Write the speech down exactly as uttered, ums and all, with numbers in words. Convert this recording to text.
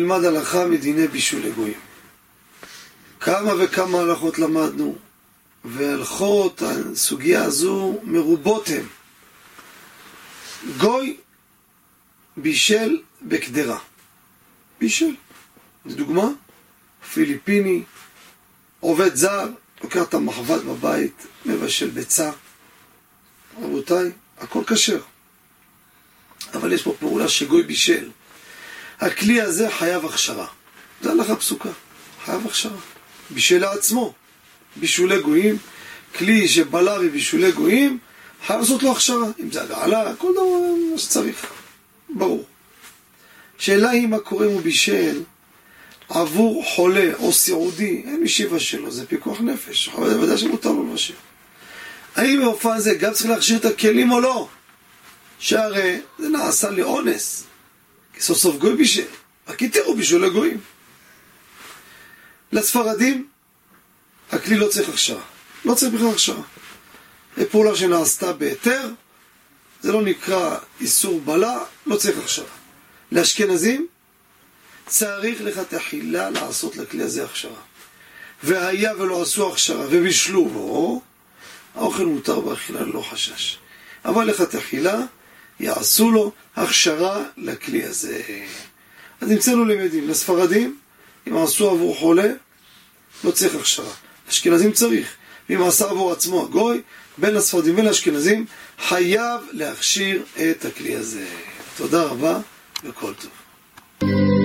נלמד הלכה מדיני בישול לגויים. כמה וכמה הלכות למדנו, והלכות הסוגיה הזו מרובות הם. גוי בישל בקדרה. בישל. לדוגמה, פיליפיני, עובד זר, לוקח את המחבת בבית, מבשל ביצה. רבותיי, הכל כשר. אבל יש פה פעולה שגוי בישל. הכלי הזה חייב הכשרה. זה הלכה פסוקה. חייב הכשרה. בישל לעצמו. בישולי גויים. כלי שבלע בבישולי גויים, חייב לעשות לו הכשרה. אם זה הגעלה, כל דבר שצריך. ברור. שאלה היא מה קורה אם הוא בישל עבור חולה או סיעודי, אין משיבה שלו, זה פיקוח נפש. חולה זה ודאי שמותר לו לבשל. האם באופן הזה גם צריך להכשיר את הכלים או לא? שהרי זה נעשה לאונס. כי סוף סוף גוי בישל. רק יתרו בישול לגויים. לספרדים, הכלי לא צריך הכשרה. לא צריך בכלל הכשרה. זה פעולה שנעשתה בהיתר, זה לא נקרא איסור בלע, לא צריך הכשרה. לאשכנזים, צריך לכתחילה לעשות לכלי הזה הכשרה. והיה ולא עשו הכשרה ובישלו בו, האוכל מותר באכילה ללא חשש. אבל לכתחילה, יעשו לו הכשרה לכלי הזה. אז נמצאנו למדים, לספרדים, אם עשו עבור חולה, לא צריך הכשרה. אשכנזים צריך. ואם עשה עבור עצמו הגוי, בין הספרדים ולאשכנזים, חייב להכשיר את הכלי הזה. תודה רבה וכל טוב.